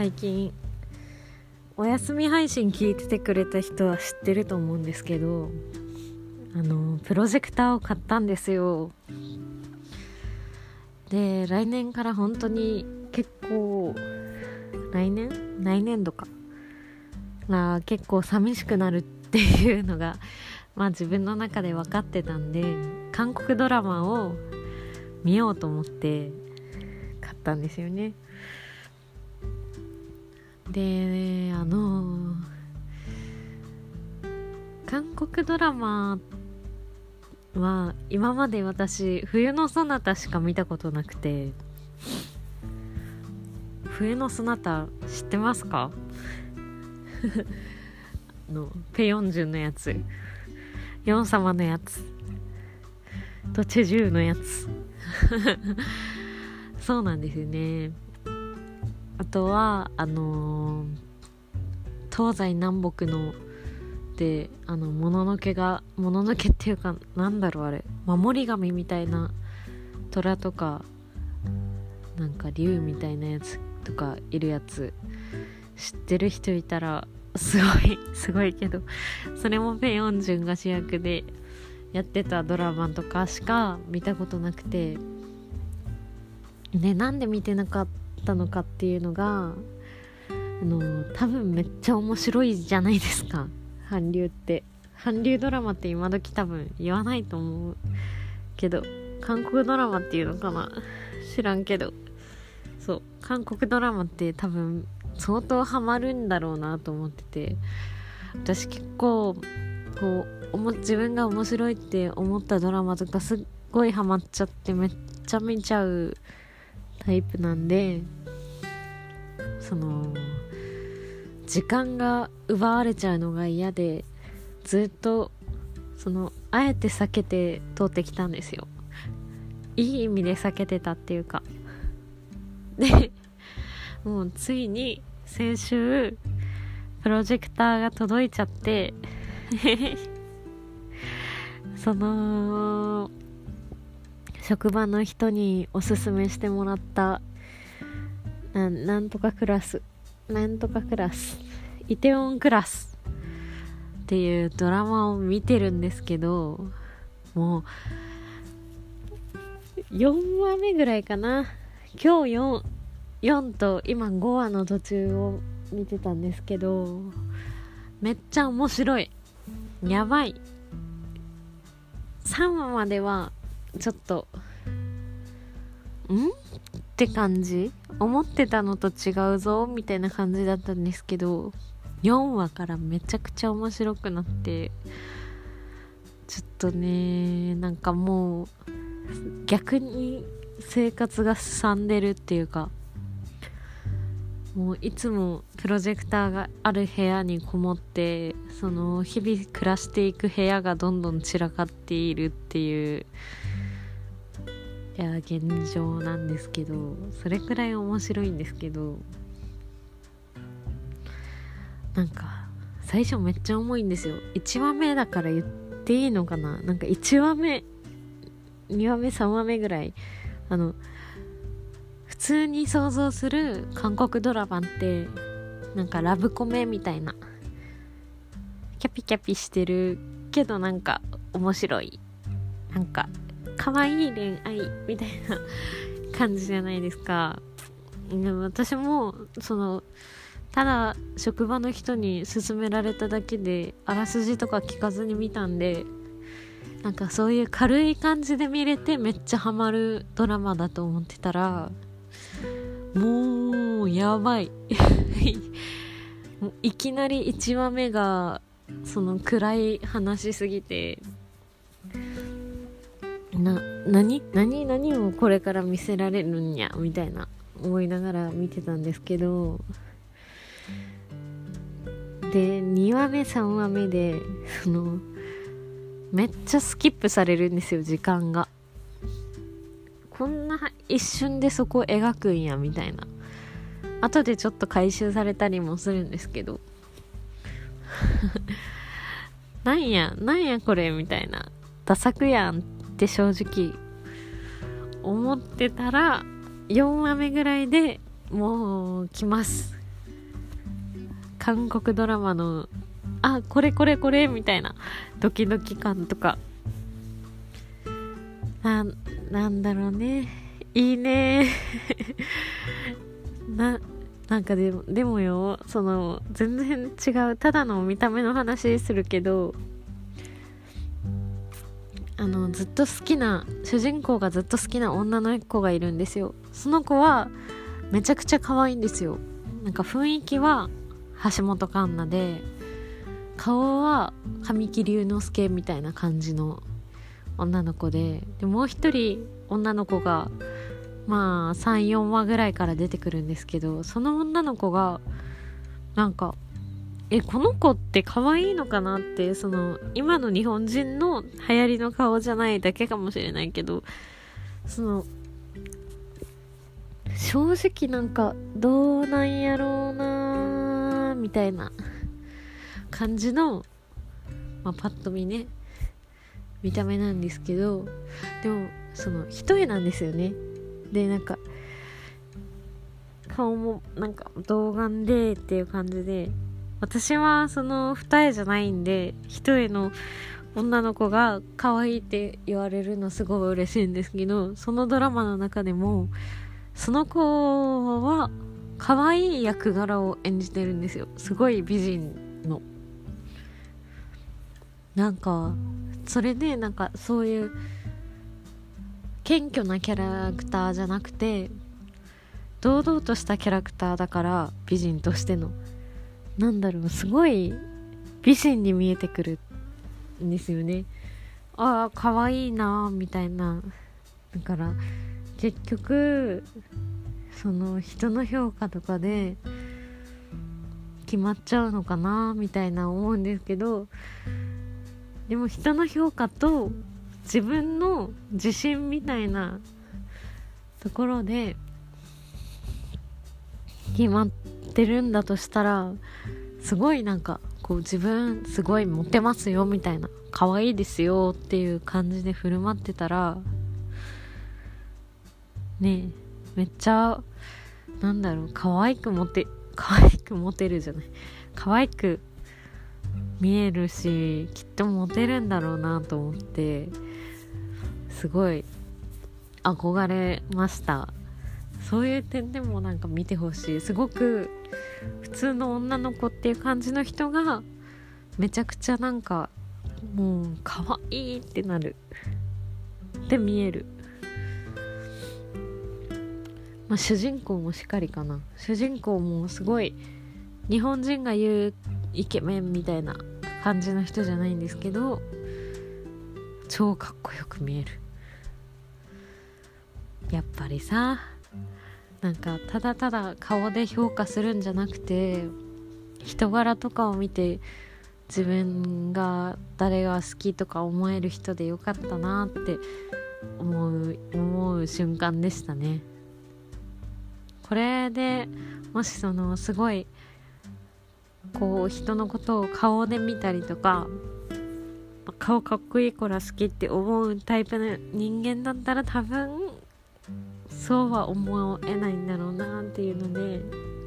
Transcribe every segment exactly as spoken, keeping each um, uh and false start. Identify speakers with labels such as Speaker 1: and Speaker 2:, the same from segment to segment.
Speaker 1: 最近お休み配信聞いててくれた人は知ってると思うんですけど、あのプロジェクターを買ったんですよ。で来年から本当に結構来年来年度かな結構寂しくなるっていうのがまあ自分の中で分かってたんで、韓国ドラマを見ようと思って買ったんですよね。であの韓国ドラマは今まで私冬のソナタしか見たことなくて、冬のソナタ知ってますか？あのペヨンジュンのやつ、ヨン様のやつとチェジュのやつそうなんですよね。あとはあのー、東西南北のであのもののけがもののけっていうかなんだろうあれ守り神みたいな虎とかなんか竜みたいなやつとかいるやつ知ってる人いたらすごいすごいけど、それもペヨンジュンが主役でやってたドラマとかしか見たことなくて、でなんで見てなかったのかっていうのが、あの多分めっちゃ面白いじゃないですか。韓流って韓流ドラマって今時多分言わないと思うけど、韓国ドラマっていうのかな知らんけど、そう韓国ドラマって多分相当ハマるんだろうなと思ってて、私結構こうおも自分が面白いって思ったドラマとかすっごいハマっちゃってめっちゃ見ちゃうタイプなんで、その時間が奪われちゃうのが嫌でずっとそのあえて避けて通ってきたんですよ。いい意味で避けてたっていうかでもうついに先週プロジェクターが届いちゃってその職場の人におすすめしてもらったな、なんとかクラスなんとかクラスイテウォンクラスっていうドラマを見てるんですけど、もうよんわめぐらいかな。今日よん、よんと今ごわの途中を見てたんですけど、めっちゃ面白い、やばい。さんわまではちょっとんって感じ、思ってたのと違うぞみたいな感じだったんですけど、よんわからめちゃくちゃ面白くなって、ちょっとねなんかもう逆に生活がすさんでるっていうか、もういつもプロジェクターがある部屋にこもってその日々暮らしていく部屋がどんどん散らかっているっていう、いや現状なんですけど、それくらい面白いんですけど、なんか最初めっちゃ重いんですよ。いちわめだから言っていいのかな、なんかいちわめにわめさんわめぐらい、あの普通に想像する韓国ドラマってなんかラブコメみたいなキャピキャピしてるけどなんか面白い、なんか可愛い恋愛みたいな感じじゃないですか。でも私もそのただ職場の人に勧められただけであらすじとか聞かずに見たんで、なんかそういう軽い感じで見れてめっちゃハマるドラマだと思ってたら、もうやばいもういきなりいちわめがその暗い話すぎて、な、何何何をこれから見せられるんやみたいな思いながら見てたんですけど、でにわめさんわめでそのめっちゃスキップされるんですよ、時間が。こんな一瞬でそこを描くんやみたいな、後でちょっと回収されたりもするんですけどなんやなんやこれみたいな、ダ作やんって正直思ってたらよんわめぐらいでもう来ます。 韓国ドラマのあこれこれこれみたいなドキドキ感とかな、なんだろうね、いいねななんかでもでもよ、その全然違うただの見た目の話するけど、あのずっと好きな主人公がずっと好きな女の子がいるんですよ。その子はめちゃくちゃ可愛いんですよ。なんか雰囲気は橋本環奈で、顔は神木隆之介みたいな感じの女の子で、でもう一人女の子がまあ さん,よん 話ぐらいから出てくるんですけど、その女の子がなんかえこの子って可愛いのかなって、その今の日本人の流行りの顔じゃないだけかもしれないけど、その正直なんかどうなんやろうなみたいな感じの、まあ、パッと見ね見た目なんですけど、でもその一重なんですよね。でなんか顔もなんか童顔でっていう感じで、私はその二重じゃないんで、一重の女の子が可愛いって言われるのすごい嬉しいんですけど、そのドラマの中でもその子は可愛い役柄を演じてるんですよ。すごい美人の、なんかそれでなんかそういう謙虚なキャラクターじゃなくて堂々としたキャラクターだから、美人としてのなんだろう、すごい美人に見えてくるんですよね。ああ可愛いなみたいな。だから結局その人の評価とかで決まっちゃうのかなみたいな思うんですけど、でも人の評価と自分の自信みたいなところで決まってるんだとしたら、すごいなんかこう自分すごいモテますよみたいな、可愛いですよっていう感じで振る舞ってたらねえ、めっちゃなんだろう、可愛くモテ可愛くモテるじゃない可愛く見えるし、きっとモテるんだろうなと思って、すごい憧れました。そういう点でもなんか見てほしい。すごく普通の女の子っていう感じの人がめちゃくちゃなんかもう可愛いってなるって見える。まあ主人公もしっかりかな。主人公もすごい日本人が言うイケメンみたいな感じの人じゃないんですけど、超かっこよく見える。やっぱりさ、なんかただただ顔で評価するんじゃなくて、人柄とかを見て自分が誰が好きとか思える人でよかったなって思う思う瞬間でしたね。これでもしそのすごいこう人のことを顔で見たりとか、顔かっこいい子ら好きって思うタイプの人間だったら多分そうは思えないんだろうなっていうので、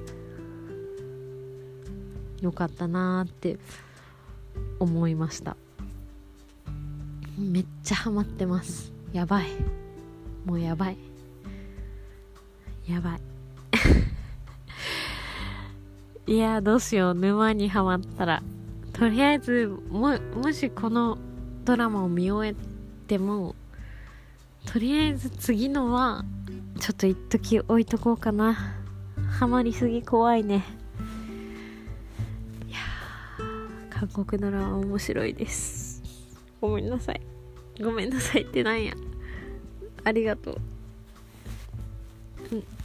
Speaker 1: よかったなって思いました。めっちゃハマってます。やばい、もうやばいやばいいやどうしよう、沼にハマったら。とりあえず も, もしこのドラマを見終えても、とりあえず次のはちょっと一時置いとこうかな。ハマりすぎ怖いね。いや韓国ドラマ面白いです。ごめんなさいごめんなさいってなんや、ありがとう。うん